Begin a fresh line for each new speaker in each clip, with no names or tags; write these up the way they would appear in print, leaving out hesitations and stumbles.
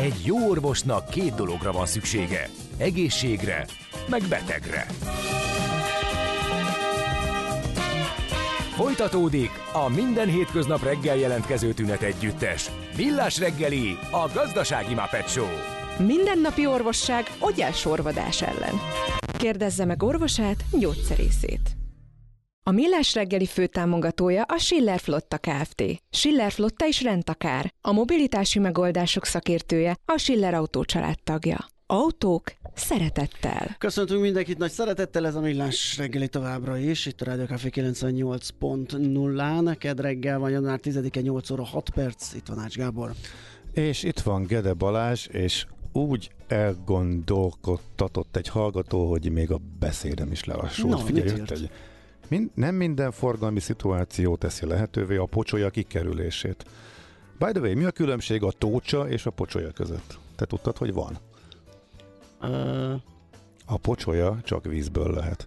Egy jó orvosnak két dologra van szüksége. Egészségre, meg betegre. Folytatódik a minden hétköznap reggel jelentkező tünet együttes. Millás reggeli, a gazdasági Muppet Show.
Mindennapi orvosság ogyásorvadás ellen. Kérdezze meg orvosát, gyógyszerészét. A Millás reggeli főtámogatója a Schiller Flotta Kft. Schiller Flotta is rendtakár. A mobilitási megoldások szakértője, a Schiller Autó család tagja. Autók szeretettel.
Köszöntünk mindenkit nagy szeretettel, ez a Millás reggeli továbbra is, itt a Rádió Café 98.0-án. Kedd reggel van, január 10-e, 8 óra 6 perc, itt van Ács Gábor.
És itt van Gede Balázs, és úgy elgondolkodtatott egy hallgató, hogy még a beszédem is lelassult. Figyelj, nem minden forgalmi szituáció teszi lehetővé a pocsolya kikerülését. By the way, mi a különbség a tócsa és a pocsolya között? Te tudtad, hogy van? A pocsolya csak vízből lehet.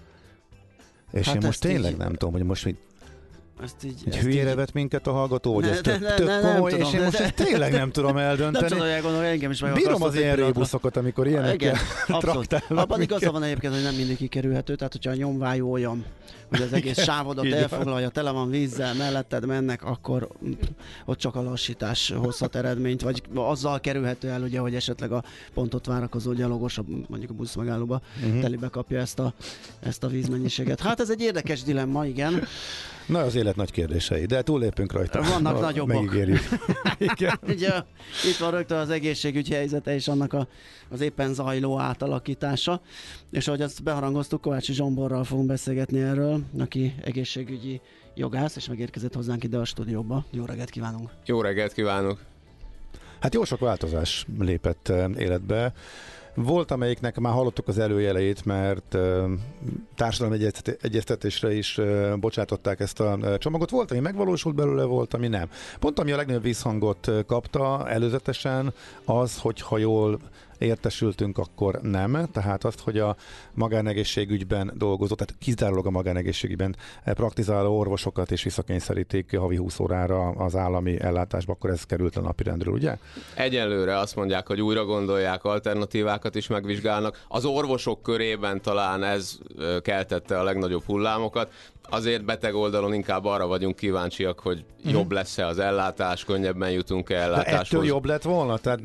És hát én most tényleg így... nem tudom, hogy most így hülyére vett minket a hallgató, hogy ez tök komoly, és én most ezt tényleg nem tudom eldönteni.
Nem tudom elgondolni, engem is meg
bírom az ilyen rébuszokat, amikor ilyenekkel traktálnak.
Abban igaza van egyébként, hogy nem mindig kikerülhető, tehát hogyha a nyomvájú olyan, hogy az egész sávodat elfoglalja, tele van vízzel, melletted mennek, akkor ott csak a lassítás hozhat eredményt, vagy azzal kerülhető el, ugye, hogy esetleg a pontot várakozó gyalogos, mondjuk a buszmegállóba telibe kapja ezt a vízmennyiséget. Hát ez egy érdekes dilemma, igen.
Na, az élet nagy kérdései, de túllépünk rajta.
Vannak nagyobbak.
Megígérjük.
Ugye, itt van rögtön az egészségügy helyzete és annak az éppen zajló átalakítása. És ahogy azt beharangoztuk, Kovácsi Zsomborral fogunk beszélgetni erről, aki egészségügyi jogász, és megérkezett hozzánk ide a stúdióba. Jó reggelt kívánunk!
Jó reggelt kívánok!
Hát jó sok változás lépett életbe. Volt, amelyiknek már hallottuk az előjeleit, mert társadalmi egyeztetésre is bocsátották ezt a csomagot. Volt, ami megvalósult belőle, volt, ami nem. Pont ami a legnagyobb visszhangot kapta előzetesen az, hogy ha jól értesültünk, akkor nem. Tehát azt, hogy a magánegészségügyben dolgozó, tehát kizárólag a magánegészségügyben praktizáló orvosokat is visszakényszerítik havi 20 órára az állami ellátásba, akkor ez került a napirendről, ugye?
Egyelőre azt mondják, hogy újra gondolják, alternatívákat is megvizsgálnak. Az orvosok körében talán ez keltette a legnagyobb hullámokat. Azért beteg oldalon inkább arra vagyunk kíváncsiak, hogy jobb lesz-e az ellátás, könnyebben jutunk-e ellátáshoz.
De ettől jobb lett volna? Tehát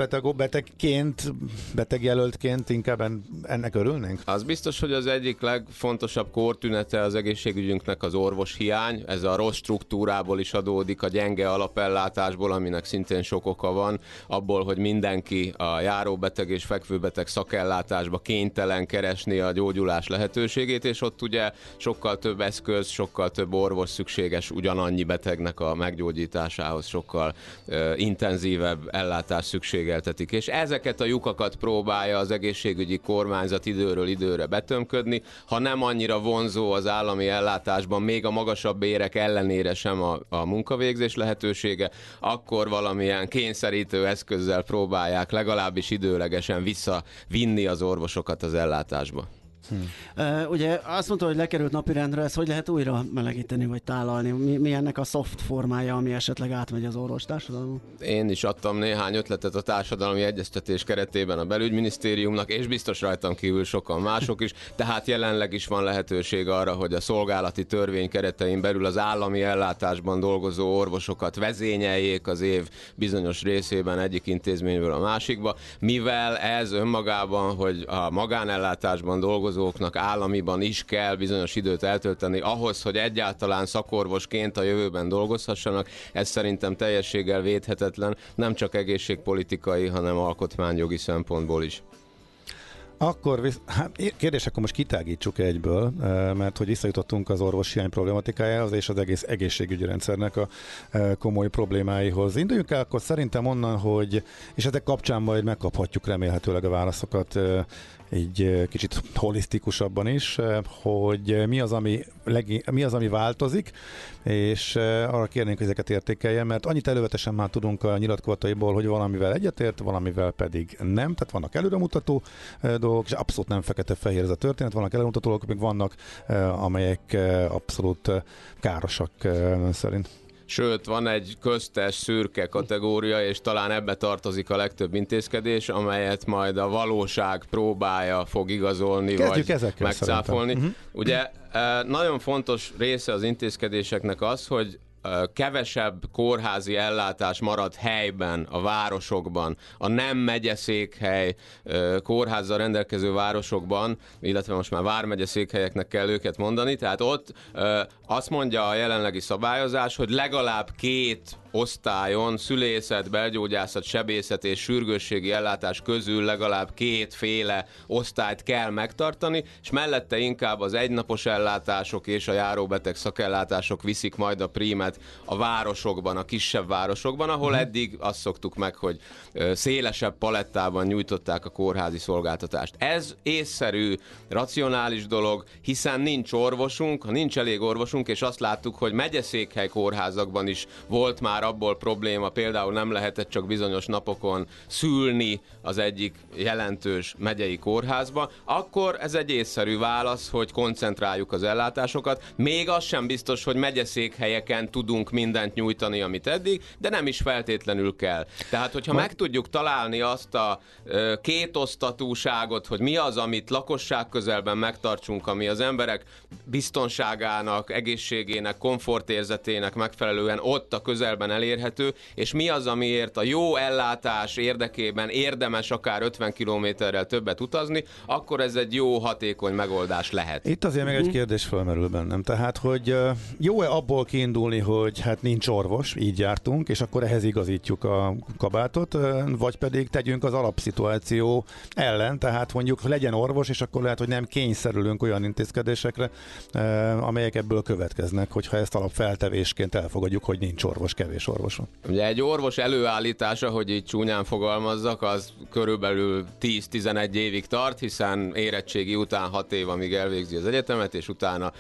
betegjelöltként inkább ennek örülnénk?
Az biztos, hogy az egyik legfontosabb kórtünete az egészségügyünknek az orvoshiány. Ez a rossz struktúrából is adódik, a gyenge alapellátásból, aminek szintén sok oka van, abból, hogy mindenki a járóbeteg és fekvőbeteg szakellátásba kénytelen keresni a gyógyulás lehetőségét, és ott ugye sokkal több eszköz, sokkal több orvos szükséges ugyanannyi betegnek a meggyógyításához, sokkal intenzívebb ellátás szükségeltetik. És ezeket a lyukakat próbálja az egészségügyi kormányzat időről időre betömködni, ha nem annyira vonzó az állami ellátásban, még a magasabb bérek ellenére sem a munkavégzés lehetősége, akkor valamilyen kényszerítő eszközzel próbálják legalábbis időlegesen visszavinni az orvosokat az ellátásba.
Ugye azt mondta, hogy lekerült napirendre, ezt hogy lehet újra melegíteni vagy tálalni? Mi ennek a soft formája, ami esetleg átmegy az orvostársadalomon?
Én is adtam néhány ötletet a társadalmi egyeztetés keretében a belügyminisztériumnak, és biztos rajtam kívül sokan mások is, tehát jelenleg is van lehetőség arra, hogy a szolgálati törvény keretein belül az állami ellátásban dolgozó orvosokat vezényeljék az év bizonyos részében egyik intézményből a másikba, mivel ez önmagában, hogy a magánellátásban dolgozóknak államiban is kell bizonyos időt eltölteni ahhoz, hogy egyáltalán szakorvosként a jövőben dolgozhassanak, ez szerintem teljességgel védhetetlen, nem csak egészségpolitikai, hanem alkotmányjogi szempontból is.
Akkor kérdés, akkor most kitágítsuk egyből, mert hogy visszajutottunk az orvoshiány problematikájához és az egész egészségügyi rendszernek a komoly problémáihoz. Induljunk el akkor szerintem onnan, hogy, és ezek kapcsán majd megkaphatjuk remélhetőleg a válaszokat így kicsit holisztikusabban is, hogy mi az, ami változik, és arra kérnénk, hogy ezeket értékeljen, mert annyit elővetesen már tudunk a nyilatkozataiból, hogy valamivel egyetért, valamivel pedig nem, tehát vannak előremutató dolgok, és abszolút nem fekete-fehér ez a történet, vannak előremutató dolgok, még vannak, amelyek abszolút károsak szerint.
Sőt, van egy köztes szürke kategória, és talán ebbe tartozik a legtöbb intézkedés, amelyet majd a valóság próbája fog igazolni,
kezdjük
vagy megcáfolni. Ugye nagyon fontos része az intézkedéseknek az, hogy kevesebb kórházi ellátás marad helyben, a városokban, a nem megyeszékhely kórházzal rendelkező városokban, illetve most már vármegyeszékhelyeknek kell őket mondani, tehát ott azt mondja a jelenlegi szabályozás, hogy legalább 2 osztályon szülészet, belgyógyászat, sebészet és sürgősségi ellátás közül legalább 2 féle osztályt kell megtartani, és mellette inkább az egynapos ellátások és a járóbeteg szakellátások viszik majd a prímet a városokban, a kisebb városokban, ahol eddig azt szoktuk meg, hogy szélesebb palettában nyújtották a kórházi szolgáltatást. Ez észszerű, racionális dolog, hiszen nincs orvosunk, ha nincs elég orvosunk, és azt láttuk, hogy megyeszékhely kórházakban is volt már abból probléma, például nem lehetett csak bizonyos napokon szülni az egyik jelentős megyei kórházba, akkor ez egy észszerű válasz, hogy koncentráljuk az ellátásokat. Még az sem biztos, hogy megyeszékhelyeken tudunk mindent nyújtani, amit eddig, de nem is feltétlenül kell. Tehát, hogyha meg tudjuk találni azt a kétosztatúságot, hogy mi az, amit lakosság közelben megtartsunk, ami az emberek biztonságának, egészségének, komfortérzetének megfelelően ott a közelben elérhető, és mi az, amiért a jó ellátás érdekében érdemes akár 50 kilométerrel többet utazni, akkor ez egy jó, hatékony megoldás lehet.
Itt azért még egy kérdés felmerül bennem. Tehát, hogy jó-e abból kiindulni, hogy hát nincs orvos, így jártunk, és akkor ehhez igazítjuk a kabátot, vagy pedig tegyünk az alapszituáció ellen, tehát mondjuk legyen orvos, és akkor lehet, hogy nem kényszerülünk olyan intézkedésekre, amelyek ebből következnek, hogyha ezt alapfeltevésként elfogadjuk, hogy nincs orvos, kevés orvos van.
Ugye egy orvos előállítása, hogy így csúnyán fogalmazzak, az körülbelül 10-11 évig tart, hiszen érettségi után 6 év, amíg elvégzi az egyetemet, és utána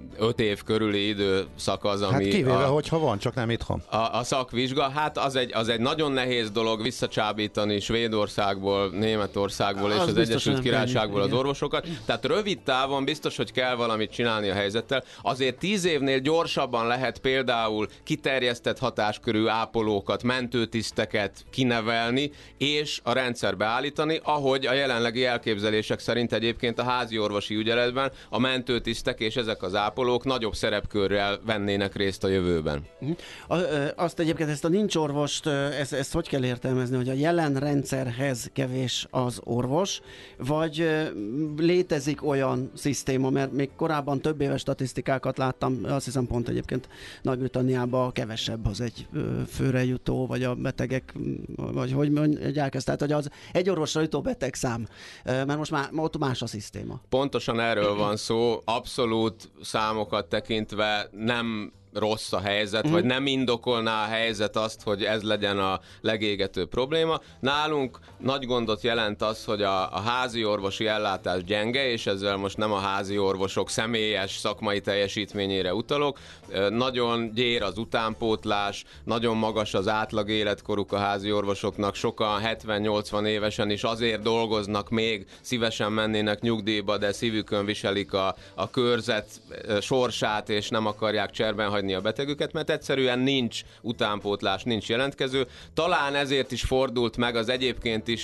5 év körüli időszak az, ami...
Hát kivéve, hogyha van, csak nem itthon.
A szakvizsga, hát az egy nagyon nehéz dolog visszacsábítani Svédországból, Németországból és az Egyesült Királyságból az orvosokat. Tehát rövid távon biztos, hogy kell valamit csinálni a helyzettel. Azért 10 évnél gyorsabban lehet például kiterjesztett hatáskörű ápolókat, mentőtiszteket kinevelni, és a rendszerbe állítani, ahogy a jelenlegi elképzelések szerint egyébként a házi orvosi ügyeletben a mentőtisztek és ezek az ápolók nagyobb szerepkörrel vennének részt a jövőben.
Azt egyébként ezt a nincs orvost, ezt hogy kell értelmezni, hogy a jelen rendszerhez kevés az orvos, vagy létezik olyan szisztéma, mert még korábban több éves statisztikákat láttam, azt hiszem pont egyébként Nagy-Britanniában kevesebb az egy főre jutó, vagy a betegek, vagy hogy mondják ezt, tehát hogy az egy orvosra jutó betegszám, mert most már ott más a szisztéma.
Pontosan erről van szó, abszolút számokat tekintve nem rossz a helyzet, vagy nem indokolná a helyzet azt, hogy ez legyen a legégetőbb probléma. Nálunk nagy gondot jelent az, hogy a házi orvosi ellátás gyenge, és ezzel most nem a házi orvosok személyes szakmai teljesítményére utalok. Nagyon gyér az utánpótlás, nagyon magas az átlag életkoruk a házi orvosoknak, sokan 70-80 évesen is azért dolgoznak még, szívesen mennének nyugdíjba, de szívükön viselik a körzet sorsát, és nem akarják cserben hagyni a betegüket, mert egyszerűen nincs utánpótlás, nincs jelentkező. Talán ezért is fordult meg az egyébként is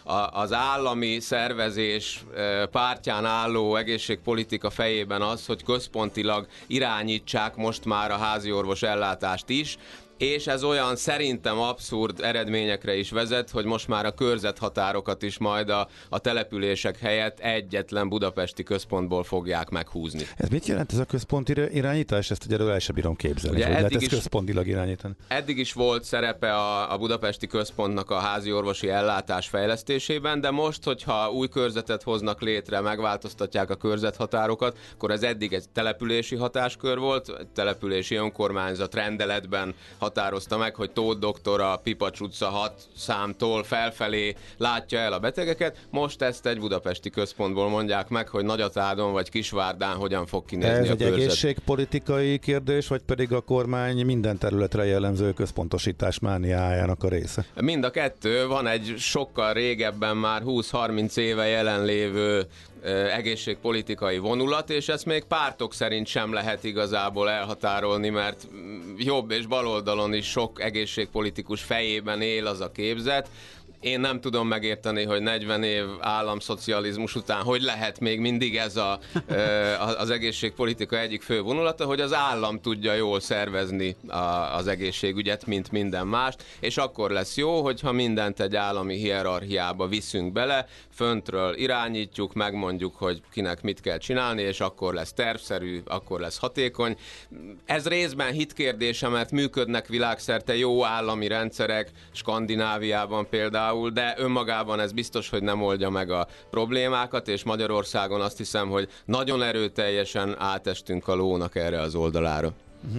az állami szervezés pártján álló egészségpolitika fejében az, hogy központilag irányítsák most már a háziorvos ellátást is, és ez olyan szerintem abszurd eredményekre is vezet, hogy most már a körzethatárokat is majd a települések helyett egyetlen budapesti központból fogják meghúzni.
Ez mit jelent ez a központi irányítás? Ezt ugye el sem bírom képzelni, hogy lehet ezt központilag irányítani.
Eddig is volt szerepe a budapesti központnak a házi orvosi ellátás fejlesztésében, de most, hogyha új körzetet hoznak létre, megváltoztatják a körzethatárokat, akkor ez eddig egy települési hatáskör volt, egy települési önkormányzat rendeletben határozta meg, hogy Tóth doktor a Pipacs utca 6 számtól felfelé látja el a betegeket. Most ezt egy budapesti központból mondják meg, hogy Nagyatádon vagy Kisvárdán hogyan fog kinézni a körzet.
Ez egy egészségpolitikai kérdés, vagy pedig a kormány minden területre jellemző központosítás mániájának a része?
Mind a kettő. Van egy sokkal régebben, már 20-30 éve jelenlévő egészségpolitikai vonulat, és ezt még pártok szerint sem lehet igazából elhatárolni, mert jobb és bal oldalon is sok egészségpolitikus fejében él az a képzet. Én nem tudom megérteni, hogy 40 év államszocializmus után hogy lehet még mindig ez az egészségpolitika egyik fő vonulata, hogy az állam tudja jól szervezni az egészségügyet, mint minden mást, és akkor lesz jó, hogyha mindent egy állami hierarchiába viszünk bele, föntről irányítjuk, megmondjuk, hogy kinek mit kell csinálni, és akkor lesz tervszerű, akkor lesz hatékony. Ez részben hitkérdése, mert működnek világszerte jó állami rendszerek, Skandináviában például, de önmagában ez biztos, hogy nem oldja meg a problémákat, és Magyarországon azt hiszem, hogy nagyon erőteljesen átestünk a lónak erre az oldalára.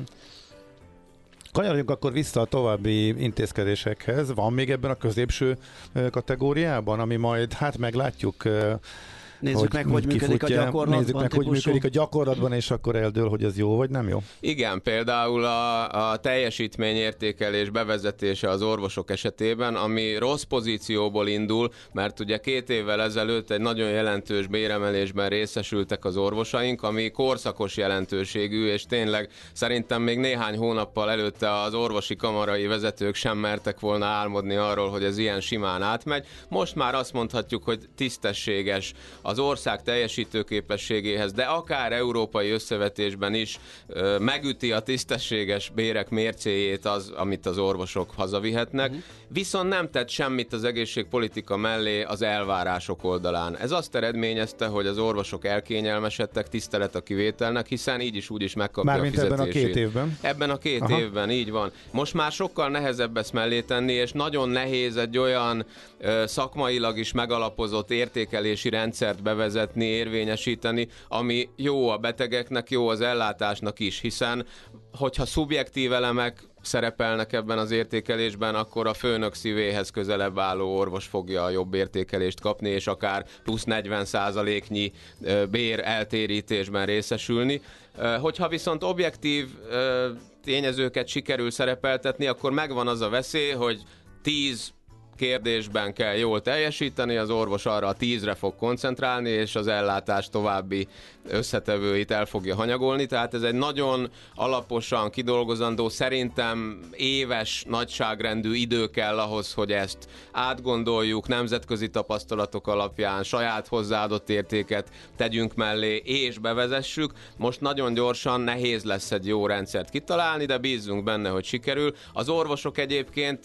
Kanyarodjunk akkor vissza a további intézkedésekhez. Van még ebben a középső kategóriában, ami majd, hát meglátjuk,
Nézzük meg, hogy működik a gyakorlatban.
Nézzük meg, hogy működik a gyakorlatban, és akkor eldől, hogy ez jó vagy nem jó.
Igen, például a teljesítményértékelés bevezetése az orvosok esetében, ami rossz pozícióból indul, mert ugye 2 évvel ezelőtt egy nagyon jelentős béremelésben részesültek az orvosaink, ami korszakos jelentőségű, és tényleg szerintem még néhány hónappal előtte az orvosi kamarai vezetők sem mertek volna álmodni arról, hogy ez ilyen simán átmegy. Most már azt mondhatjuk, hogy tisztességes az ország teljesítőképességéhez, de akár európai összevetésben is megüti a tisztességes bérek mércéjét az, amit az orvosok hazavihetnek, viszont nem tett semmit az egészségpolitika mellé az elvárások oldalán. Ez azt eredményezte, hogy az orvosok elkényelmesedtek, tisztelet a kivételnek, hiszen így is úgy is megkapja a fizetését.
Ebben a 2 évben?
Ebben a 2 évben, így van. Most már sokkal nehezebb ezt mellé tenni, és nagyon nehéz egy olyan szakmailag is megalapozott értékelési rendszert bevezetni, érvényesíteni, ami jó a betegeknek, jó az ellátásnak is, hiszen hogyha szubjektív elemek szerepelnek ebben az értékelésben, akkor a főnök szívéhez közelebb álló orvos fogja a jobb értékelést kapni, és akár plusz 40%-nyi bér eltérítésben részesülni. Hogyha viszont objektív tényezőket sikerül szerepeltetni, akkor megvan az a veszély, hogy 10 kérdésben kell jól teljesíteni, az orvos arra a 10-re fog koncentrálni, és az ellátás további összetevőit el fogja hanyagolni, tehát ez egy nagyon alaposan kidolgozandó, szerintem éves nagyságrendű idő kell ahhoz, hogy ezt átgondoljuk, nemzetközi tapasztalatok alapján, saját hozzáadott értéket tegyünk mellé, és bevezessük. Most nagyon gyorsan nehéz lesz egy jó rendszert kitalálni, de bízzunk benne, hogy sikerül. Az orvosok egyébként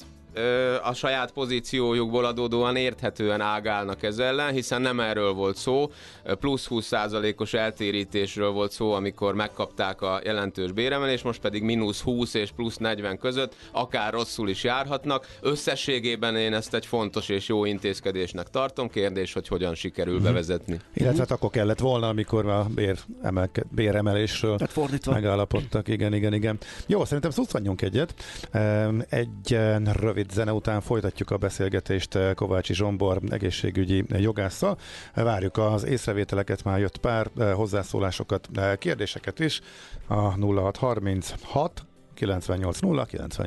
a saját pozíciójukból adódóan érthetően ágálnak ez ellen, hiszen nem erről volt szó, plusz 20%-os eltérítésről volt szó, amikor megkapták a jelentős béremelést, most pedig mínusz 20 és plusz 40 között akár rosszul is járhatnak. Összességében én ezt egy fontos és jó intézkedésnek tartom, kérdés, hogy hogyan sikerül bevezetni.
Illetve akkor kellett volna, amikor a béremelésről megállapodtak. Igen. Jó, szerintem szuszvanjunk egyet. Egy rövid zene után folytatjuk a beszélgetést Kovácsi Zsombor egészségügyi jogásszal. Várjuk az észrevételeket, már jött pár hozzászólásokat, kérdéseket is a 0636 98 0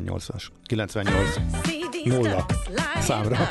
számra.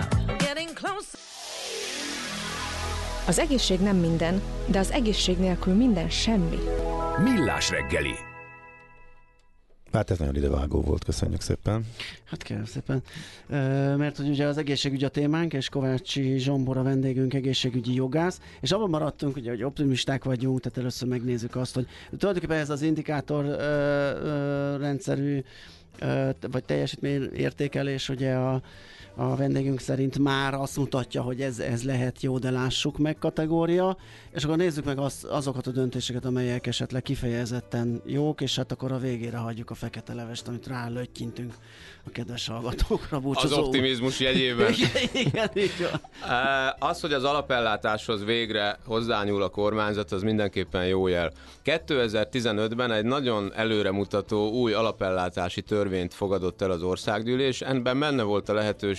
Az egészség nem minden, de az egészség nélkül minden semmi.
Millás reggeli.
Hát ez nagyon idevágó volt, köszönjük szépen.
Hát kérem szépen, mert hogy ugye az egészségügy a témánk, és Kovácsi Zsombor a vendégünk, egészségügyi jogász, és abban maradtunk, ugye, hogy optimisták vagyunk, tehát először megnézzük azt, hogy tulajdonképpen ez az indikátor rendszerű, vagy teljesítményértékelés, ugye a vendégünk szerint már azt mutatja, hogy ez lehet jó, de lássuk meg kategória, és akkor nézzük meg azokat a döntéseket, amelyek esetleg kifejezetten jók, és hát akkor a végére hagyjuk a fekete levest, amit rálöttyintünk a kedves hallgatókra.
Az optimizmus jegyében.
Igen, így van.
Az, hogy az alapellátáshoz végre hozzányúl a kormányzat, az mindenképpen jó jel. 2015-ben egy nagyon előremutató új alapellátási törvényt fogadott el az országgyűlés, ebben benne volt a lehetőség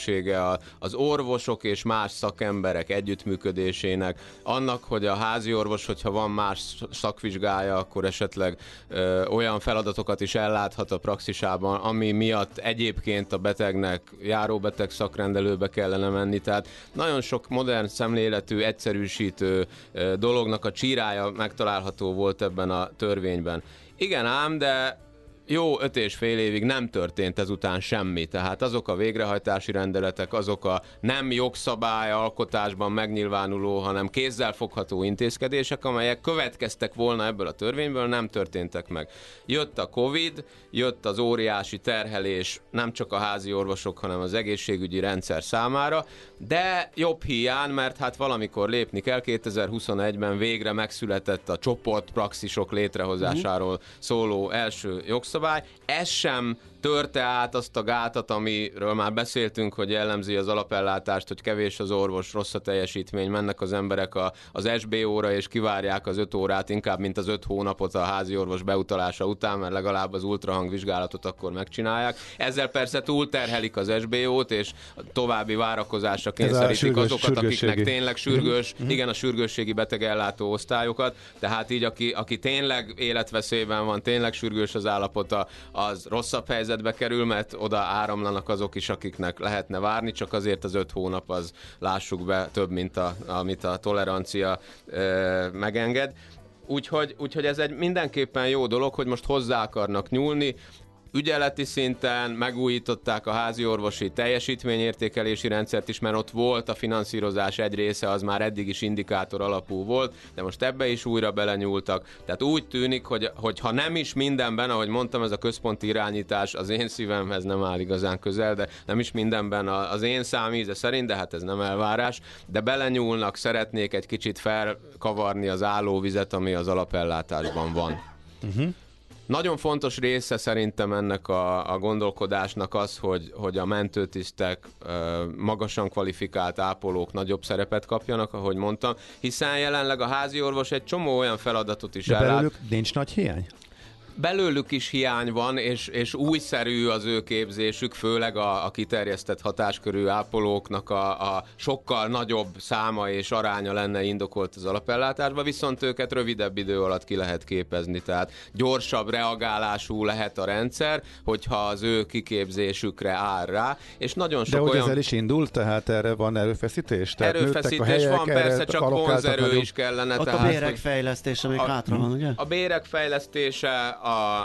jelentősége az orvosok és más szakemberek együttműködésének, annak, hogy a házi orvos, hogyha van más szakvizsgája, akkor esetleg olyan feladatokat is elláthat a praxisában, ami miatt egyébként a betegnek járóbeteg szakrendelőbe kellene menni. Tehát nagyon sok modern szemléletű, egyszerűsítő dolognak a csírája megtalálható volt ebben a törvényben. Igen ám, de jó 5,5 évig nem történt ezután semmi, tehát azok a végrehajtási rendeletek, azok a nem jogszabály alkotásban megnyilvánuló, hanem kézzelfogható intézkedések, amelyek következtek volna ebből a törvényből, nem történtek meg. Jött a Covid, jött az óriási terhelés nem csak a házi orvosok, hanem az egészségügyi rendszer számára, de jobb hiány, mert hát valamikor lépni kell, 2021-ben végre megszületett a csoportpraxisok létrehozásáról szóló első jogszabály. Ez sem törte át azt a gátat, amiről már beszéltünk, hogy jellemzi az alapellátást, hogy kevés az orvos, rossz a teljesítmény, mennek az emberek az SBO-ra és kivárják az 5 órát, inkább mint az 5 hónapot a házi orvos beutalása után, mert legalább az ultrahangvizsgálatot akkor megcsinálják. Ezzel persze túlterhelik az SBO-t, és további várakozásra kényszerítik azokat, akiknek tényleg sürgős, igen, a sürgősségi betegellátó osztályokat, tehát így aki tényleg életveszélyben van, tényleg sürgős az állapota, az rosszabb helyzetbe kerül, mert oda áramlanak azok is, akiknek lehetne várni, csak azért az 5 hónap az, lássuk be, több, mint amit a tolerancia megenged. Úgyhogy ez egy mindenképpen jó dolog, hogy most hozzá akarnak nyúlni. Ügyeleti szinten megújították a háziorvosi teljesítményértékelési rendszert is, mert ott volt a finanszírozás egy része, az már eddig is indikátor alapú volt, de most ebbe is újra belenyúltak. Tehát úgy tűnik, hogy ha nem is mindenben, ahogy mondtam, ez a központi irányítás az én szívemhez nem áll igazán közel, de nem is mindenben az én számíze szerint, de hát ez nem elvárás, de belenyúlnak, szeretnék egy kicsit felkavarni az állóvizet, ami az alapellátásban van. Nagyon fontos része szerintem ennek a gondolkodásnak az, hogy a mentőtisztek, magasan kvalifikált ápolók nagyobb szerepet kapjanak, ahogy mondtam, hiszen jelenleg a háziorvos egy csomó olyan feladatot is ellát.
De belőlük nincs nagy hiány?
Belőlük is hiány van, és újszerű az ő képzésük, főleg a kiterjesztett hatáskörű ápolóknak a sokkal nagyobb száma és aránya lenne indokolt az alapellátásba, viszont őket rövidebb idő alatt ki lehet képezni, tehát gyorsabb reagálású lehet a rendszer, hogyha az ő kiképzésükre áll rá, és nagyon sok
de
olyan...
ezzel is indult, tehát erre van erőfeszítés? Tehát
erőfeszítés
helyek,
van, persze, csak vonzerő is kellene.
Ott
tehát,
a bérek fejlesztése még hátra van, ugye?
A bérek fejlesztése,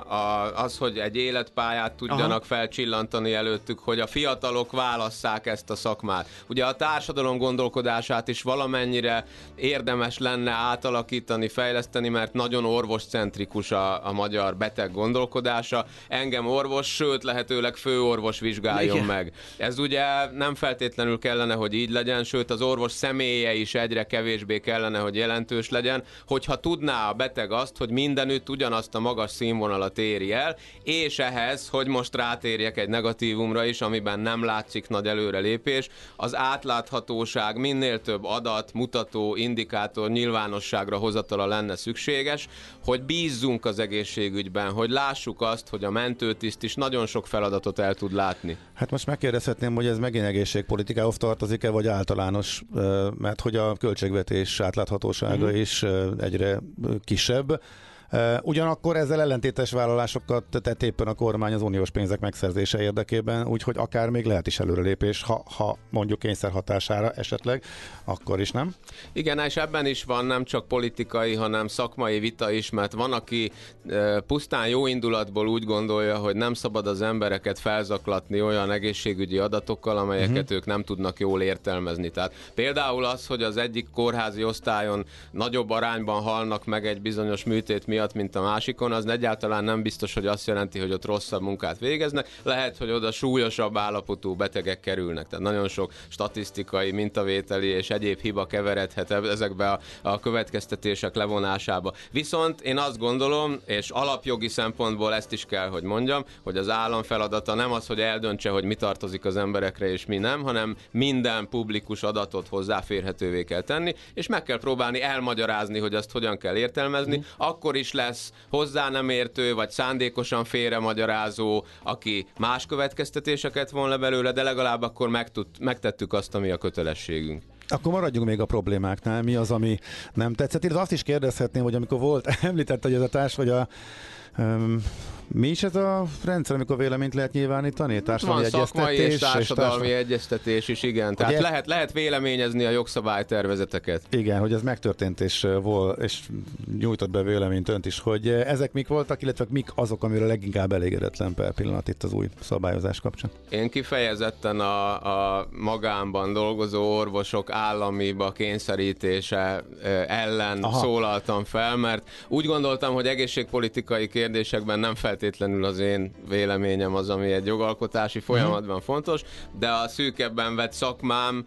az, hogy egy életpályát tudjanak felcsillantani előttük, hogy a fiatalok válasszák ezt a szakmát. Ugye a társadalom gondolkodását is valamennyire érdemes lenne átalakítani, fejleszteni, mert nagyon orvoscentrikus a magyar beteg gondolkodása. Engem orvos, sőt lehetőleg főorvos vizsgáljon meg. Ez ugye nem feltétlenül kellene, hogy így legyen, sőt az orvos személye is egyre kevésbé kellene, hogy jelentős legyen, hogyha tudná a beteg azt, hogy mindenütt ugyanazt a magas színvonalat éri el, és ehhez, hogy most rátérjek egy negatívumra is, amiben nem látszik nagy előrelépés, az átláthatóság, minél több adat, mutató, indikátor nyilvánosságra hozatala lenne szükséges, hogy bízzunk az egészségügyben, hogy lássuk azt, hogy a mentőtiszt is nagyon sok feladatot el tud látni.
Hát most megkérdezhetném, hogy ez megint egészségpolitikához tartozik-e, vagy általános, mert hogy a költségvetés átláthatósága is egyre kisebb. Ugyanakkor ezzel ellentétes vállalásokat tett éppen a kormány az uniós pénzek megszerzése érdekében, úgyhogy akár még lehet is előrelépés, ha mondjuk kényszer hatására esetleg, akkor is, nem?
Igen, és ebben is van nem csak politikai, hanem szakmai vita is, mert van, aki pusztán jó indulatból úgy gondolja, hogy nem szabad az embereket felzaklatni olyan egészségügyi adatokkal, amelyeket ők nem tudnak jól értelmezni. Tehát például az, hogy az egyik kórházi osztályon nagyobb arányban halnak meg egy bizonyos műtét miatt, mint a másikon, az egyáltalán nem biztos, hogy azt jelenti, hogy ott rosszabb munkát végeznek. Lehet, hogy oda súlyosabb állapotú betegek kerülnek. Tehát nagyon sok statisztikai, mintavételi és egyéb hiba keveredhet ezekbe a következtetések levonásába. Viszont én azt gondolom, és alapjogi szempontból ezt is kell, hogy mondjam, hogy az állam feladata nem az, hogy eldöntse, hogy mi tartozik az emberekre és mi nem, hanem minden publikus adatot hozzáférhetővé kell tenni, és meg kell próbálni elmagyarázni, hogy azt hogyan kell értelmezni, akkor is, is lesz hozzá nem értő, vagy szándékosan félremagyarázó, aki más következtetéseket von le belőle, de legalább akkor megtettük azt, ami a kötelességünk.
Akkor maradjunk még a problémáknál. Mi az, ami nem tetszett? Én azt is kérdezhetném, hogy amikor volt, említett, hogy ez a társ, vagy mi is ez a rendszer, amikor véleményt lehet nyilvánítani?
Van szakmai és társadalmi egyeztetés is, igen. Tehát lehet véleményezni a jogszabálytervezeteket.
Igen, hogy ez megtörtént, és nyújtott be véleményt önt is, hogy ezek mik voltak, illetve mik azok, amiről leginkább elégedetlen per pillanat itt az új szabályozás kapcsán?
Én kifejezetten a magánban dolgozó orvosok államiba kényszerítése ellen szólaltam fel, mert úgy gondoltam, hogy egészségpolitikai kérdésekben nem feltétlenül az én véleményem az, ami egy jogalkotási folyamatban fontos, de a szűkebben vett szakmám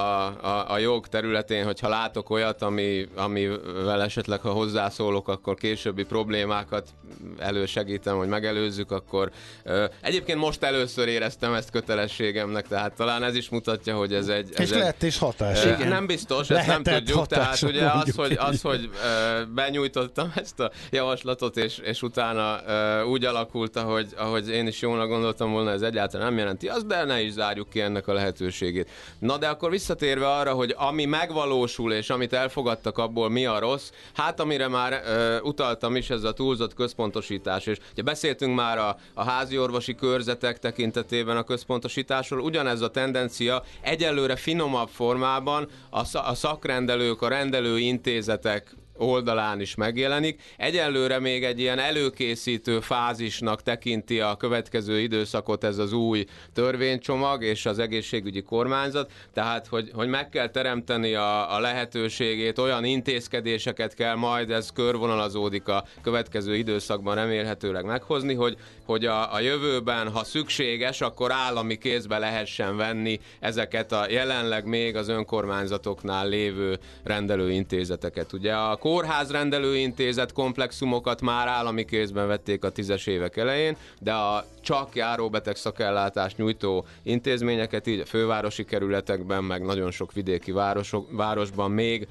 a jog területén, hogyha látok olyat, amivel esetleg, ha hozzászólok, akkor későbbi problémákat elősegítem, hogy megelőzzük, akkor egyébként most először éreztem ezt kötelességemnek, tehát talán ez is mutatja, hogy ez egy...
És lett is hatás.
Nem biztos, ezt nem tudjuk, hatás, tehát ugye hogy benyújtottam ezt a javaslatot, és utána úgy alakult, ahogy én is jónak gondoltam volna, ez egyáltalán nem jelenti azt, de ne is zárjuk ki ennek a lehetőségét. Na de akkor visszatérve arra, hogy ami megvalósul, és amit elfogadtak, abból mi a rossz, hát amire már utaltam is, ez a túlzott központosítás, és ugye beszéltünk már a házi orvosi körzetek tekintetében a központosításról, ugyanez a tendencia egyelőre finomabb formában a szakrendelők, a rendelőintézetek oldalán is megjelenik. Egyelőre még egy ilyen előkészítő fázisnak tekinti a következő időszakot ez az új törvénycsomag és az egészségügyi kormányzat, tehát hogy meg kell teremteni a lehetőségét, olyan intézkedéseket kell majd, ez körvonalazódik a következő időszakban remélhetőleg meghozni, hogy a jövőben, ha szükséges, akkor állami kézbe lehessen venni ezeket a jelenleg még az önkormányzatoknál lévő rendelőintézeteket. Ugye a kórház rendelőintézet komplexumokat már állami kézben vették a 10-es évek elején, de a csak járóbeteg szakellátást nyújtó intézményeket így a fővárosi kerületekben, meg nagyon sok vidéki városban még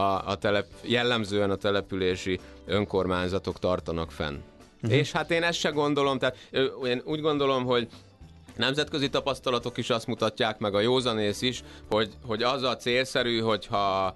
jellemzően a települési önkormányzatok tartanak fenn. És hát én ezt se gondolom, tehát én úgy gondolom, hogy nemzetközi tapasztalatok is azt mutatják, meg a józanész is, hogy az a célszerű, hogyha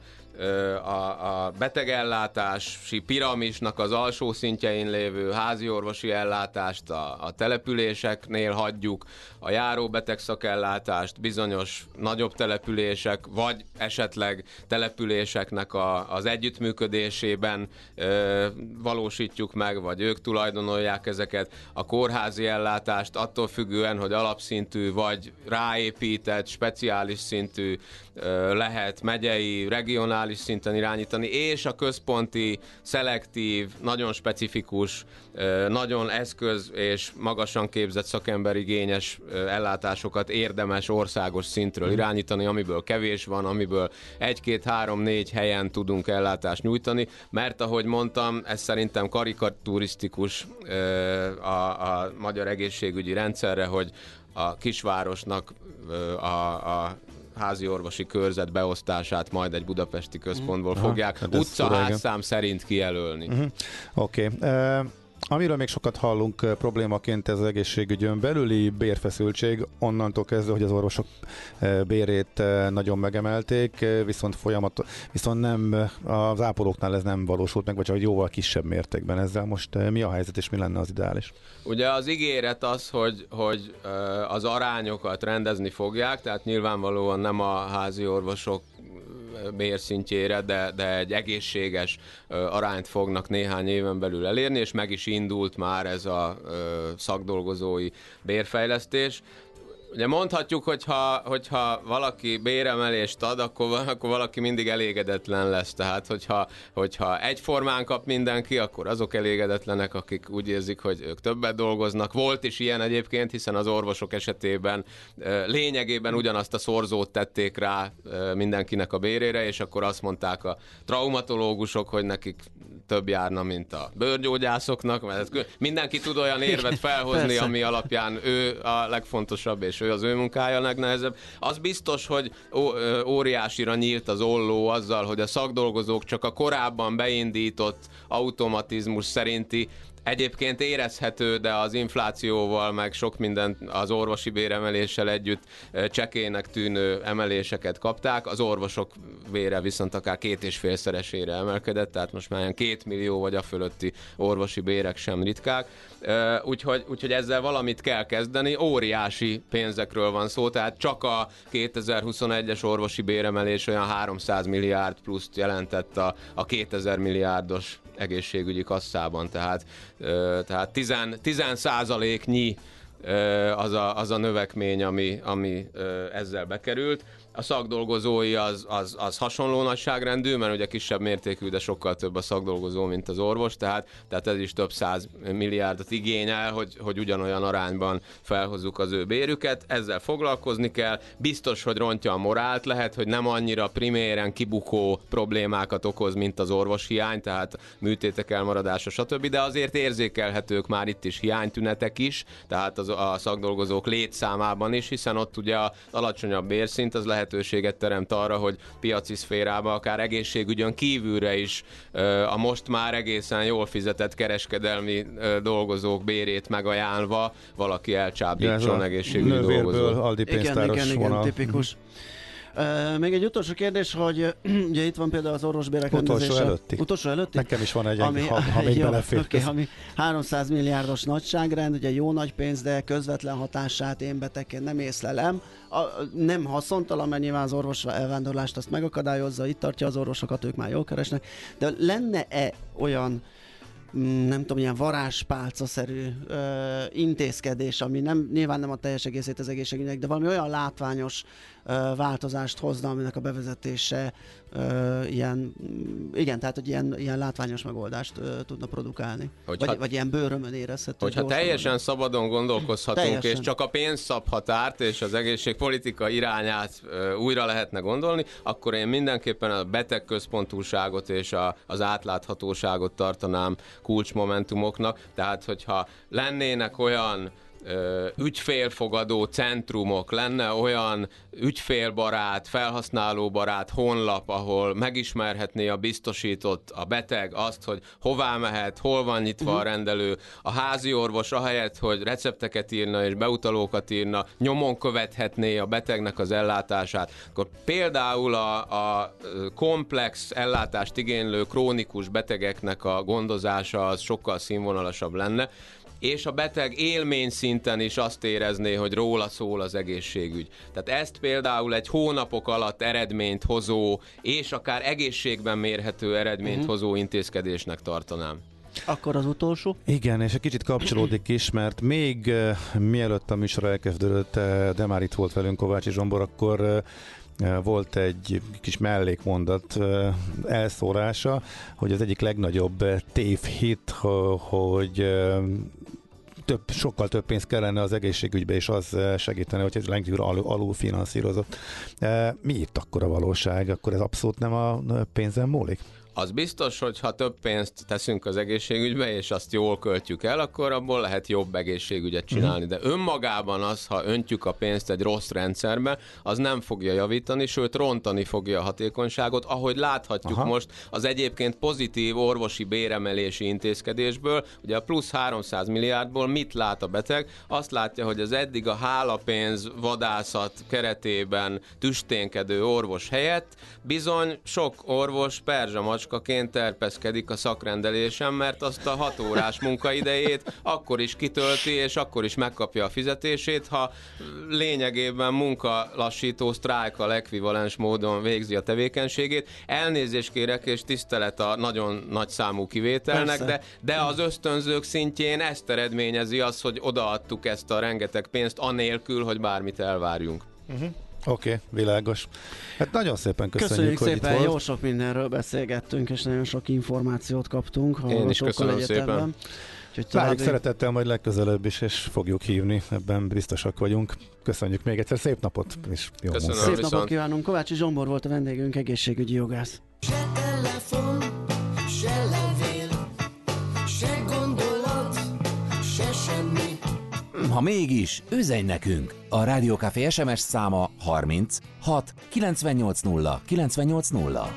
a betegellátási piramisnak az alsó szintjein lévő háziorvosi ellátást a településeknél hagyjuk, a járóbeteg szakellátást bizonyos nagyobb települések, vagy esetleg településeknek az együttműködésében valósítjuk meg, vagy ők tulajdonolják ezeket, a kórházi ellátást attól függően, hogy alapszintű, vagy ráépített, speciális szintű lehet megyei, regionális szinten irányítani, és a központi, szelektív, nagyon specifikus, nagyon eszköz és magasan képzett szakemberigényes ellátásokat érdemes országos szintről irányítani, amiből kevés van, amiből 1, 2, 3, 4 helyen tudunk ellátást nyújtani, mert ahogy mondtam, ez szerintem karikaturisztikus a magyar egészségügyi rendszerre, hogy a kisvárosnak a házi orvosi körzet beosztását majd egy budapesti központból fogják utcaházszám szerint kijelölni.
Oké. Amiről még sokat hallunk problémaként, ez az egészségügyön belüli bérfeszültség, onnantól kezdve, hogy az orvosok bérét nagyon megemelték, viszont nem, az ápolóknál ez nem valósult meg, vagy csak jóval kisebb mértékben. Ezzel most mi a helyzet, és mi lenne az ideális?
Ugye az ígéret az, hogy az arányokat rendezni fogják, tehát nyilvánvalóan nem a házi orvosok bérszintjére, de egy egészséges arányt fognak néhány éven belül elérni, és meg is indult már ez a szakdolgozói bérfejlesztés. Ugye mondhatjuk, hogyha valaki béremelést ad, akkor valaki mindig elégedetlen lesz. Tehát, hogyha egyformán kap mindenki, akkor azok elégedetlenek, akik úgy érzik, hogy ők többet dolgoznak. Volt is ilyen egyébként, hiszen az orvosok esetében lényegében ugyanazt a szorzót tették rá mindenkinek a bérére, és akkor azt mondták a traumatológusok, hogy nekik több járna, mint a bőrgyógyászoknak, mert mindenki tud olyan érvet felhozni, ami alapján ő a legfontosabb, és ő az ő munkája a legnehezebb. Az biztos, hogy óriásira nyílt az olló azzal, hogy a szakdolgozók csak a korábban beindított automatizmus szerinti, egyébként érezhető, de az inflációval, meg sok mindent az orvosi béremeléssel együtt csekélynek tűnő emeléseket kapták. Az orvosok bére viszont akár 2,5-szeresére emelkedett, tehát most már 2 millió vagy a fölötti orvosi bérek sem ritkák. Úgyhogy ezzel valamit kell kezdeni. Óriási pénzekről van szó, tehát csak a 2021-es orvosi béremelés olyan 300 milliárd pluszt jelentett a 2000 milliárdos egészségügyi kasszában, tehát 10%-nyi az a növekmény, ami ezzel bekerült. A szakdolgozói az hasonló nagyságrendű, mert ugye kisebb mértékű, de sokkal több a szakdolgozó, mint az orvos, tehát ez is több 100 milliárdot igényel, hogy ugyanolyan arányban felhozzuk az ő bérüket. Ezzel foglalkozni kell. Biztos, hogy rontja a morált, lehet, hogy nem annyira priméren kibukó problémákat okoz, mint az orvoshiány, tehát műtétek elmaradása, stb., de azért érzékelhetők már itt is hiánytünetek is, tehát a szakdolgozók létszámában is, hiszen ott ugye az alacsonyabb bérszint az lehetőséget teremt arra, hogy piaci szférába, akár egészségügyön kívülre is a most már egészen jól fizetett kereskedelmi dolgozók bérét megajánlva valaki elcsábítson egészségügyi dolgozót.
Aldi pénztáros
igen, tipikus. Még egy utolsó kérdés, hogy ugye itt van például az orvosbérek rendezése. Utolsó előtti?
Nekem is van egy, ha még belefér.
Okay, ami 300 milliárdos nagyságrend, ugye jó nagy pénz, de közvetlen hatását én betegként nem észlelem. Nem haszontalan, mert nyilván az orvos elvándorlást azt megakadályozza, itt tartja az orvosokat, ők már jól keresnek, de lenne-e olyan nem tudom, ilyen varázspálcaszerű intézkedés, ami nyilván nem a teljes egészét az egészségügynek, de valami olyan látványos változást hozna, aminek a bevezetése tehát hogy ilyen látványos megoldást tudna produkálni. Vagy ilyen bőrömön érezhető.
Hogyha teljesen szabadon gondolkozhatunk, és csak a pénz szab határt, és az egészségpolitika irányát újra lehetne gondolni, akkor én mindenképpen a betegközpontúságot és az átláthatóságot tartanám kulcsmomentumoknak. Tehát, hogyha lennének olyan ügyfélfogadó centrumok, lenne olyan ügyfélbarát, felhasználóbarát honlap, ahol megismerhetné a biztosított, a beteg azt, hogy hová mehet, hol van nyitva a rendelő, a házi orvos ahelyett, hogy recepteket írna és beutalókat írna, nyomon követhetné a betegnek az ellátását. Akkor például a komplex ellátást igénylő krónikus betegeknek a gondozása az sokkal színvonalasabb lenne, és a beteg élmény szinten is azt érezné, hogy róla szól az egészségügy. Tehát ezt például egy hónapok alatt eredményt hozó, és akár egészségben mérhető eredményt hozó intézkedésnek tartanám.
Akkor az utolsó?
Igen, és egy kicsit kapcsolódik is, mert még mielőtt a műsor elkezdődött, de már itt volt velünk Kovácsi Zsombor, akkor volt egy kis mellékmondat elszórása, hogy az egyik legnagyobb tévhit, hogy sokkal több pénz kellene az egészségügybe, és az segítene, hogy ez legnagyobb alulfinanszírozott. Mi itt akkor a valóság? Akkor ez abszolút nem a pénzen múlik?
Az biztos, hogy ha több pénzt teszünk az egészségügybe, és azt jól költjük el, akkor abból lehet jobb egészségügyet csinálni. De önmagában az, ha öntjük a pénzt egy rossz rendszerbe, az nem fogja javítani, sőt rontani fogja a hatékonyságot, ahogy láthatjuk most az egyébként pozitív orvosi béremelési intézkedésből, ugye a plusz 300 milliárdból mit lát a beteg? Azt látja, hogy az eddig a hálapénz vadászat keretében tüsténkedő orvos helyett bizony sok orvos perzsamacskaként terpeszkedik a szakrendelésen, mert azt a 6 órás munkaidejét akkor is kitölti, és akkor is megkapja a fizetését, ha lényegében munkalassító sztrájkkal ekvivalens módon végzi a tevékenységét. Elnézést kérek, és tisztelet a nagyon nagy számú kivételnek, de az ösztönzők szintjén ezt eredményezi az, hogy odaadtuk ezt a rengeteg pénzt, anélkül, hogy bármit elvárjunk.
Oké, világos. Hát nagyon szépen köszönjük hogy
szépen,
itt volt.
Jó sok mindenről beszélgettünk, és nagyon sok információt kaptunk.
Én is köszönöm szépen.
Várjuk szeretettel majd legközelebb is, és fogjuk hívni, ebben biztosak vagyunk. Köszönjük még egyszer, szép napot, és jó munkát.
Szép napot kívánunk. Kovácsi Zsombor volt a vendégünk, egészségügyi jogász.
Se telefon, se levél. Ha mégis, üzenj nekünk! A Rádiókafé SMS száma 30 6 980 980.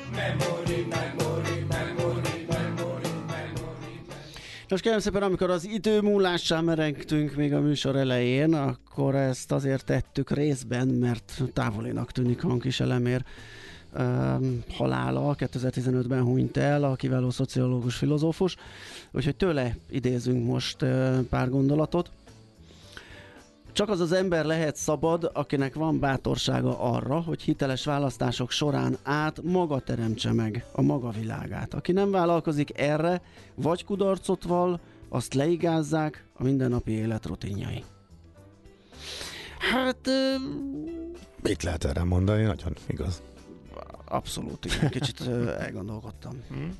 Most kérem szépen, amikor az idő múlással merengtünk még a műsor elején, akkor ezt azért tettük részben, mert távolinak tűnik Hankis Elemér halála, 2015-ben hunyt el, a kiváló szociológus, filozófus, úgyhogy tőle idézünk most pár gondolatot. Csak az az ember lehet szabad, akinek van bátorsága arra, hogy hiteles választások során át maga teremtse meg a maga világát. Aki nem vállalkozik erre, vagy kudarcot vall, azt leigázzák a mindennapi élet rutinjai. Hát...
Mit lehet erre mondani? Nagyon igaz.
Abszolút, igen. Kicsit elgondolkodtam.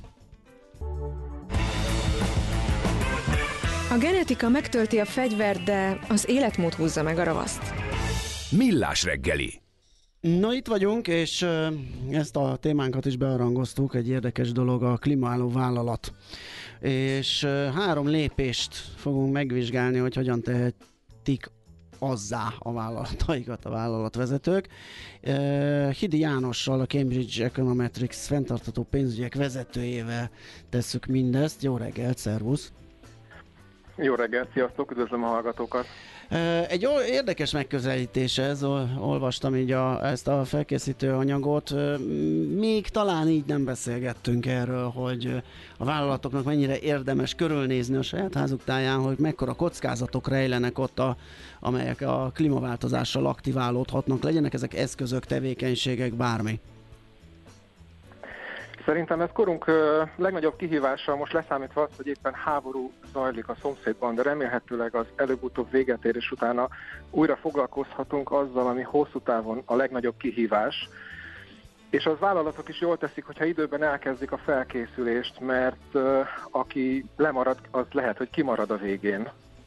A genetika megtölti a fegyvert, de az életmód húzza meg a ravaszt.
Millás reggeli.
Na, itt vagyunk, és ezt a témánkat is bearangoztuk, egy érdekes dolog a klímaálló vállalat. És 3 lépést fogunk megvizsgálni, hogy hogyan tehetik azzá a vállalataikat a vállalatvezetők. Hidi Jánossal, a Cambridge Econometrics fenntartható pénzügyek vezetőjével tesszük mindezt. Jó reggelt, szervusz!
Jó reggelt, sziasztok, üdvözlöm a hallgatókat!
Egy érdekes megközelítés ez, olvastam így ezt a felkészítő anyagot. Még talán így nem beszélgettünk erről, hogy a vállalatoknak mennyire érdemes körülnézni a saját házuk táján, hogy mekkora kockázatok rejlenek ott, amelyek a klímaváltozással aktiválódhatnak, legyenek ezek eszközök, tevékenységek, bármi.
Szerintem ez korunk legnagyobb kihívása, most leszámítva azt, hogy éppen háború zajlik a szomszédban, de remélhetőleg az előbb-utóbb véget ér, és utána újra foglalkozhatunk azzal, ami hosszú távon a legnagyobb kihívás. És az vállalatok is jól teszik, hogyha időben elkezdik a felkészülést, mert aki lemarad, az lehet, hogy kimarad a végén.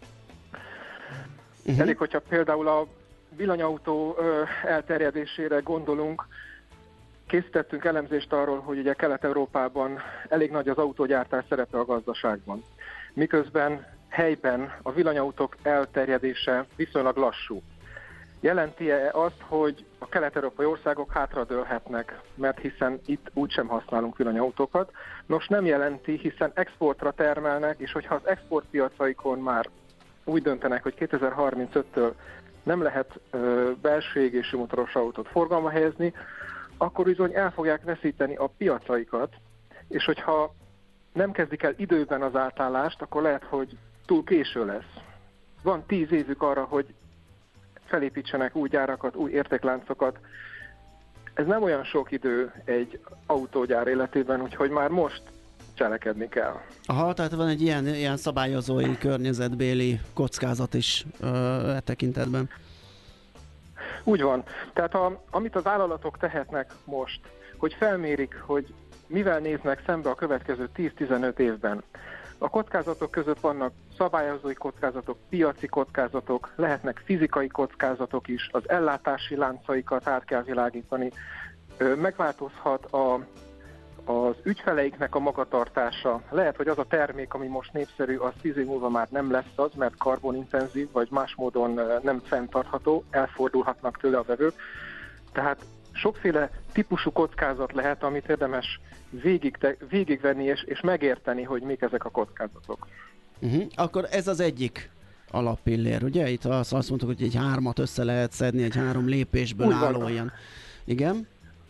Elég, hogyha például a villanyautó elterjedésére gondolunk, készítettünk elemzést arról, hogy ugye Kelet-Európában elég nagy az autógyártás szerepe a gazdaságban. Miközben helyben a villanyautók elterjedése viszonylag lassú. Jelenti-e azt, hogy a kelet-európai országok hátradőlhetnek, mert hiszen itt úgysem használunk villanyautókat? Nos, nem jelenti, hiszen exportra termelnek, és hogyha az exportpiacaikon már úgy döntenek, hogy 2035-től nem lehet belső égésű motoros autót forgalomba helyezni, akkor bizony el fogják veszíteni a piacaikat, és hogyha nem kezdik el időben az átállást, akkor lehet, hogy túl késő lesz. Van 10 évük arra, hogy felépítsenek új gyárakat, új értékláncokat. Ez nem olyan sok idő egy autógyár életében, úgyhogy már most cselekedni kell.
Aha, tehát van egy ilyen szabályozói, környezetbéli kockázat is e tekintetben.
Úgy van. Tehát amit az vállalatok tehetnek most, hogy felmérik, hogy mivel néznek szembe a következő 10-15 évben. A kockázatok között vannak szabályozói kockázatok, piaci kockázatok, lehetnek fizikai kockázatok is, az ellátási láncaikat át kell világítani. Megváltozhat az ügyfeleiknek a magatartása. Lehet, hogy az a termék, ami most népszerű, az 10 év múlva már nem lesz az, mert karbonintenzív, vagy más módon nem fenntartható, elfordulhatnak tőle a vevők. Tehát sokféle típusú kockázat lehet, amit érdemes végigvenni és megérteni, hogy mik ezek a kockázatok.
Akkor ez az egyik alappillér, ugye? Itt azt mondtuk, hogy egy 3-at össze lehet szedni, egy 3 lépésből álló ilyen. Igen?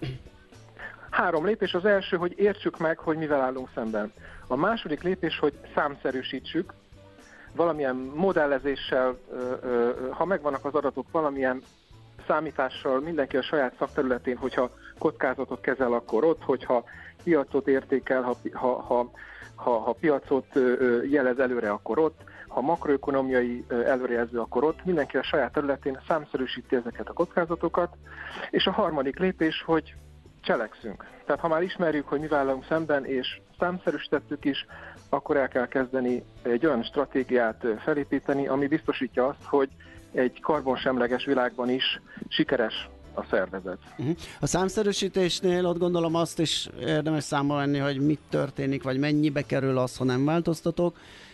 3 lépés. Az első, hogy értsük meg, hogy mivel állunk szemben. A második lépés, hogy számszerűsítsük, valamilyen modellezéssel, ha megvannak az adatok, valamilyen számítással mindenki a saját szakterületén, hogyha kockázatot kezel, akkor ott, hogyha piacot értékel, ha piacot jelez előre, akkor ott, ha makroökonomiai előrejelző, akkor ott, mindenki a saját területén számszerűsíti ezeket a kockázatokat. És a harmadik lépés, hogy cselekszünk. Tehát ha már ismerjük, hogy mivel állunk szemben, és számszerűsítettük is, akkor el kell kezdeni egy olyan stratégiát felépíteni, ami biztosítja azt, hogy egy karbonsemleges világban is sikeres a szervezet.
A számszerűsítésnél ott gondolom azt is érdemes számba venni, hogy mit történik, vagy mennyibe kerül az, ha nem változtatok,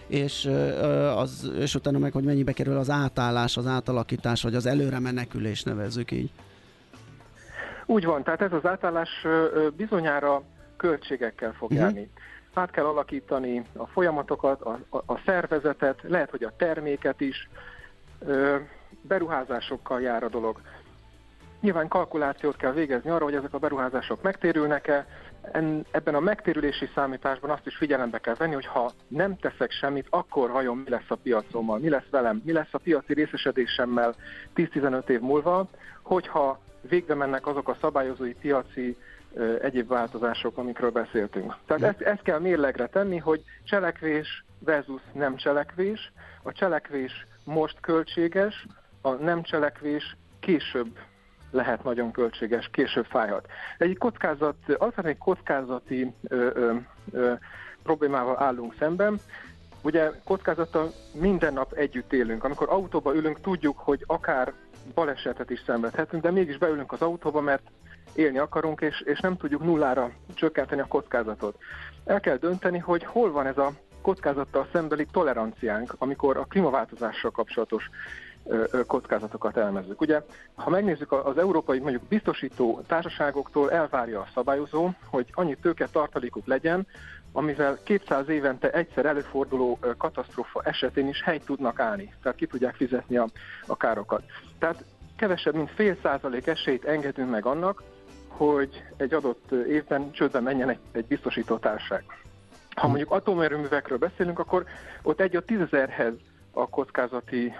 és utána meg, hogy mennyibe kerül az átállás, az átalakítás, vagy az előre menekülés, nevezzük így.
Úgy van, tehát ez az átállás bizonyára költségekkel fog járni. Át kell alakítani a folyamatokat, a szervezetet, lehet, hogy a terméket is, beruházásokkal jár a dolog. Nyilván kalkulációt kell végezni arra, hogy ezek a beruházások megtérülnek-e. Ebben a megtérülési számításban azt is figyelembe kell venni, hogy ha nem teszek semmit, akkor vajon mi lesz a piacommal, mi lesz velem, mi lesz a piaci részesedésemmel 10-15 év múlva, hogyha végbe mennek azok a szabályozói piaci egyéb változások, amikről beszéltünk. Tehát ezt kell mérlegre tenni, hogy cselekvés versus nem cselekvés. A cselekvés most költséges, a nem cselekvés később lehet nagyon költséges, később fájhat. Egy kockázati problémával állunk szemben. Ugye kockázattal minden nap együtt élünk. Amikor autóba ülünk, tudjuk, hogy akár balesetet is szenvedhetünk, de mégis beülünk az autóba, mert élni akarunk, és nem tudjuk nullára csökkenteni a kockázatot. El kell dönteni, hogy hol van ez a kockázattal szembeli toleranciánk, amikor a klímaváltozással kapcsolatos kockázatokat elemezzük. Ugye, ha megnézzük az európai mondjuk biztosító társaságoktól, elvárja a szabályozó, hogy annyi tőke tartalékuk legyen, amivel 200 évente egyszer előforduló katasztrófa esetén is helyt tudnak állni, tehát ki tudják fizetni a károkat. Tehát kevesebb, mint 0,5% esélyt engedünk meg annak, hogy egy adott évben csődbe menjen egy biztosító társaság. Ha mondjuk atomerőművekről beszélünk, akkor ott 1/10.000-hez a kockázati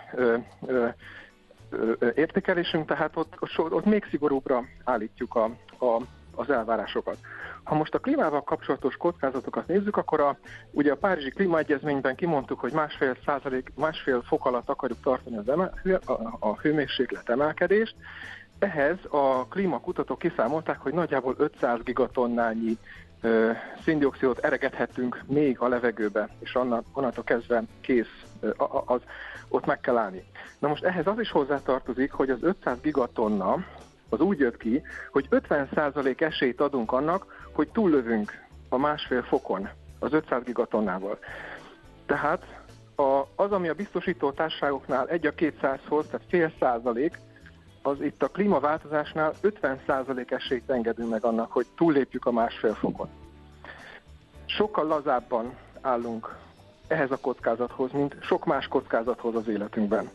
értékelésünk, tehát ott még szigorúbbra állítjuk az elvárásokat. Ha most a klímával kapcsolatos kockázatokat nézzük, akkor ugye a Párizsi Klímaegyezményben kimondtuk, hogy 1,5 fok alatt akarjuk tartani a hőmérséklet emelkedést. Ehhez a klímakutatók kiszámolták, hogy nagyjából 500 gigatonnányi szén-dioxidot eregethetünk még a levegőbe, és onnantól kezdve kész, ott meg kell állni. Na most ehhez az is hozzátartozik, hogy az 500 gigatonna az úgy jött ki, hogy 50% esélyt adunk annak, hogy túllövünk a 1,5 fokon az 500 gigatonnával. Tehát az, ami a biztosító társaságoknál 1/200-hoz, tehát 0,5%, az itt a klímaváltozásnál 50% esélyt engedünk meg annak, hogy túllépjük a 1,5 fokon. Sokkal lazábban állunk ehhez a kockázathoz, mint sok más kockázathoz az életünkben.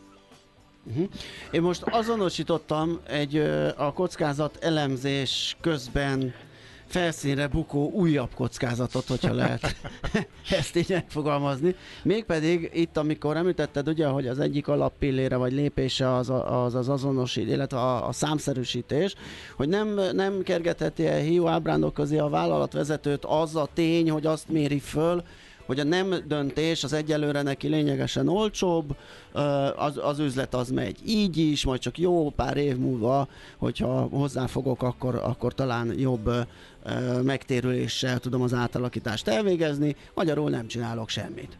Én most azonosítottam a kockázat elemzés közben felszínre bukó újabb kockázatot, hogyha lehet ezt így megfogalmazni. Mégpedig itt, amikor említetted, ugye, hogy az egyik alappillére vagy lépése az azonosít, illetve a számszerűsítés, hogy nem kergetheti el hiú ábrándok közé a vállalatvezetőt az a tény, hogy azt méri föl, hogy a nem döntés az egyelőre neki lényegesen olcsóbb, az üzlet az megy így is, majd csak jó pár év múlva, hogyha hozzáfogok, akkor talán jobb megtérüléssel tudom az átalakítást elvégezni, magyarul nem csinálok semmit.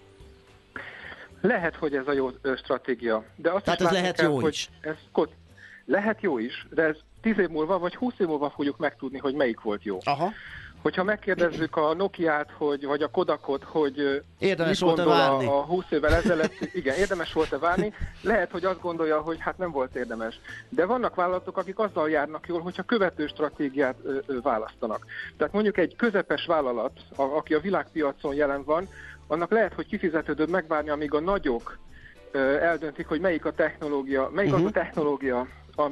Lehet, hogy ez a jó stratégia. De azt
tehát
is
ez lehet jó is.
Lehet jó is, de ez 10 év múlva vagy 20 év múlva fogjuk megtudni, hogy melyik volt jó.
Aha.
Hogyha megkérdezzük a Nokiát, vagy a Kodakot, hogy
érdemes
mit gondol
várni
a 20 évvel ezelőtt, igen, érdemes volt-e várni, lehet, hogy azt gondolja, hogy hát nem volt érdemes. De vannak vállalatok, akik azzal járnak jól, hogyha követő stratégiát választanak. Tehát mondjuk egy közepes vállalat, aki a világpiacon jelen van, annak lehet, hogy kifizetődőbb megvárni, amíg a nagyok eldöntik, hogy melyik az a technológia,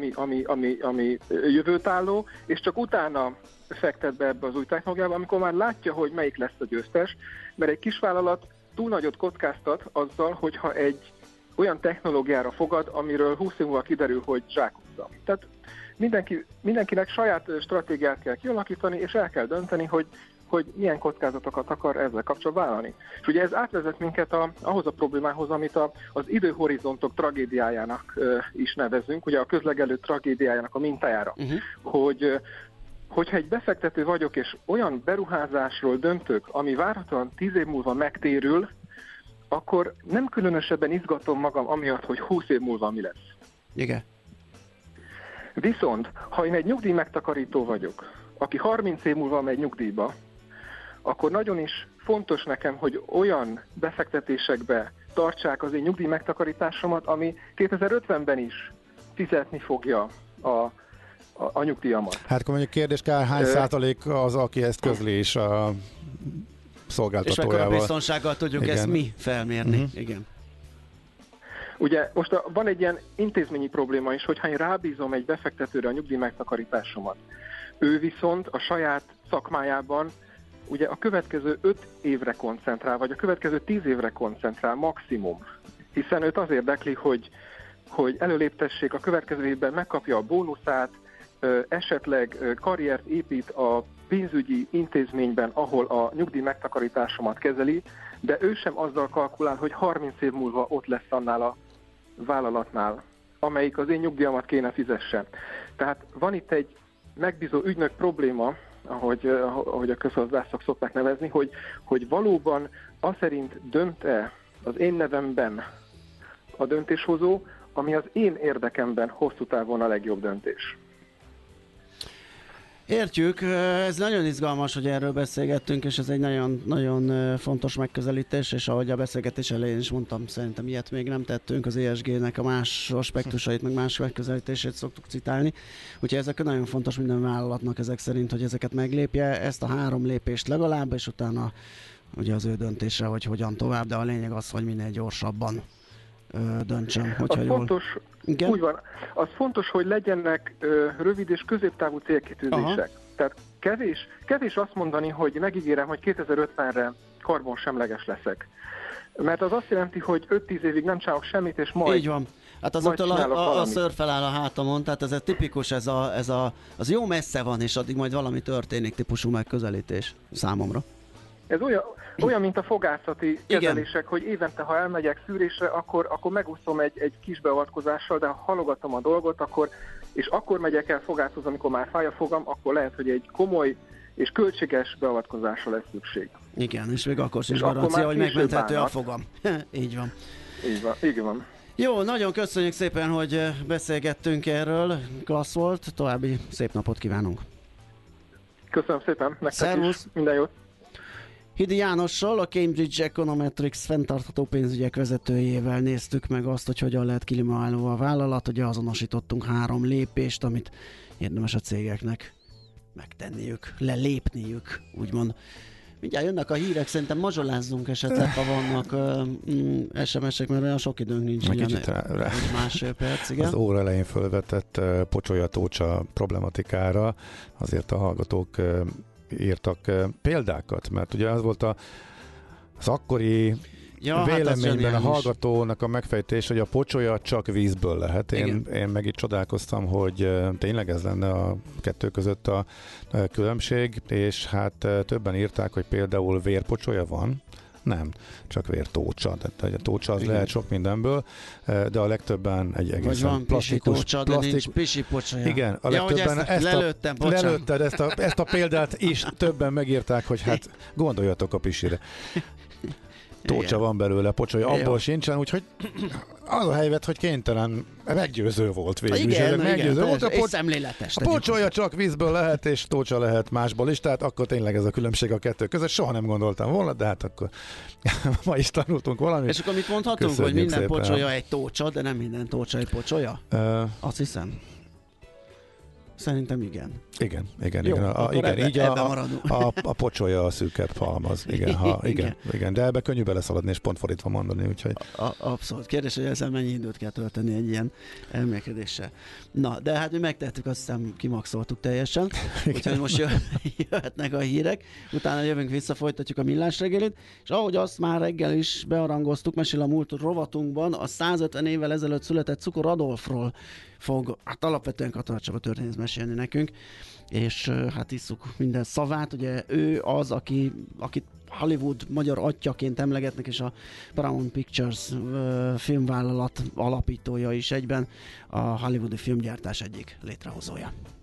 ami jövőtálló, és csak utána fektet be ebbe az új technológiába, amikor már látja, hogy melyik lesz a győztes, mert egy kisvállalat túl nagyot kockáztat azzal, hogyha egy olyan technológiára fogad, amiről 20 év múlva kiderül, hogy zsákutca. Tehát mindenkinek saját stratégiát kell kialakítani, és el kell dönteni, hogy milyen kockázatokat akar ezzel kapcsolatban vállalni. És ugye ez átvezet minket ahhoz a problémához, amit az időhorizontok tragédiájának is nevezünk, ugye a közlegelő tragédiájának a mintájára, hogyha egy befektető vagyok, és olyan beruházásról döntök, ami várhatóan 10 év múlva megtérül, akkor nem különösebben izgatom magam amiatt, hogy 20 év múlva mi lesz.
Igen.
Viszont, ha én egy nyugdíj megtakarító vagyok, aki 30 év múlva megy nyugdíjba, akkor nagyon is fontos nekem, hogy olyan befektetésekbe tartsák az én nyugdíj megtakarításomat, ami 2050-ben is fizetni fogja a nyugdíjamat.
Hát akkor mondjuk kérdés, hány százalék az, aki ezt közli is a szolgáltatójával?
És mekkora biztonsággal tudjuk
Igen.
ezt mi felmérni. Igen.
Ugye most van egy ilyen intézményi probléma is, hogyha én rábízom egy befektetőre a nyugdíj megtakarításomat, ő viszont a saját szakmájában ugye a következő 5 évre koncentrál, vagy a következő 10 évre koncentrál maximum, hiszen őt az érdekli, hogy előléptessék a következő évben, megkapja a bónuszát, esetleg karriert épít a pénzügyi intézményben, ahol a nyugdíj megtakarításomat kezeli, de ő sem azzal kalkulál, hogy 30 év múlva ott lesz annál a vállalatnál, amelyik az én nyugdíjamat kéne fizessen. Tehát van itt egy megbízó ügynök probléma, ahogy a közgazdászok szokták nevezni, hogy valóban az szerint dönt-e az én nevemben a döntéshozó, ami az én érdekemben hosszú távon a legjobb döntés.
Értjük, ez nagyon izgalmas, hogy erről beszélgettünk, és ez egy nagyon, nagyon fontos megközelítés, és ahogy a beszélgetés elején is mondtam, szerintem ilyet még nem tettünk, az ESG-nek a más aspektusait, meg más megközelítését szoktuk citálni. Úgyhogy ezek nagyon fontos minden vállalatnak ezek szerint, hogy ezeket meglépje, ezt a 3 lépést legalább, és utána ugye az ő döntése, hogy hogyan tovább, de a lényeg az, hogy minél gyorsabban döntsön, hogyha jól...
Fontos,
igen?
Úgy van. Az fontos, hogy legyenek rövid és középtávú célkitűzések. Aha. Tehát kevés azt mondani, hogy megígérem, hogy 2050-re karbonsemleges leszek. Mert az azt jelenti, hogy 5-10 évig nem csinálok semmit, és majd...
Így van. Hát azoktól a szőr feláll a hátamon, tehát ez tipikus, az jó messze van, és addig majd valami történik típusú megközelítés számomra.
Ez olyan, mint a fogászati kezelések, hogy évente, ha elmegyek szűrésre, akkor megúszom egy kis beavatkozással, de ha halogatom a dolgot, akkor megyek el fogászozni, amikor már fáj a fogam, akkor lehet, hogy egy komoly és költséges beavatkozásra lesz szükség.
Igen, és még akkor sincs garancia, hogy megmenthető a fogam. Így van.
Így van.
Jó, nagyon köszönjük szépen, hogy beszélgettünk erről. Klassz volt, további szép napot kívánunk.
Köszönöm szépen, nektek
Szervusz.
is. Minden jót.
Hidi Jánossal, a Cambridge Econometrics fenntartható pénzügyek vezetőjével néztük meg azt, hogy hogyan lehet klímavállaló a vállalat. Ugye azonosítottunk 3 lépést, amit érdemes a cégeknek megtenniük, lelépniük, úgymond. Mindjárt jönnek a hírek, szerintem mazsolázzunk esetleg, ha vannak SMS-ek, mert olyan sok időnk nincs. Másfél perc, igen.
Az óra elején fölvetett Pocsolya-Tócsa problematikára azért a hallgatók írtak példákat, mert ugye az volt az akkori véleményben a hallgatónak a megfejtés, hogy a pocsolya csak vízből lehet. Én meg itt csodálkoztam, hogy tényleg ez lenne a kettő között a különbség, és hát többen írták, hogy például vérpocsolya van. Nem, csak vértócsa. Tehát a tócsa az lehet sok mindenből, de a legtöbben egy egészen plastikus...
De nincs pisi pocsolya.
Igen, a legtöbben lelőtted ezt a példát is többen megírták, hogy hát gondoljatok a pisire. Tócsa van belőle, pocsolya abból sincsen, úgyhogy az a helyzet, hogy kénytelen, meggyőző volt végül.
Igen,
meggyőző volt.
És szemléletes.
A pocsolya csak vízből lehet, és tócsa lehet másból is, tehát akkor tényleg ez a különbség a kettő között. Soha nem gondoltam volna, de hát akkor ma is tanultunk valamit.
És akkor mit mondhatunk, hogy minden pocsolya egy tócsa, de nem minden tócsa egy pocsolya? Azt hiszem. Szerintem igen.
Igen.
Jó,
igen. Így a pocsolya a szűkebb halmaz. Igen. De ebbe könnyű beleszaladni, és pont fordítva mondani, úgyhogy...
Abszolút. Kérdés, hogy ezzel mennyi időt kell tölteni egy ilyen elmélkedéssel. Na, de hát mi megtettük, azt hiszem kimaxoltuk teljesen. Úgyhogy most jöhetnek a hírek. Utána jövünk vissza, folytatjuk a Millás reggelit. És ahogy azt már reggel is bearangoztuk, mesél a múlt rovatunkban, a 150 évvel ezelőtt született Cukor Adolfról fog hát alapvetően Katona Csaba történész mesélni nekünk, és hát isszuk minden szavát. Ugye ő az, akit Hollywood magyar atyaként emlegetnek, és a Paramount Pictures filmvállalat alapítója is egyben, a hollywoodi filmgyártás egyik létrehozója.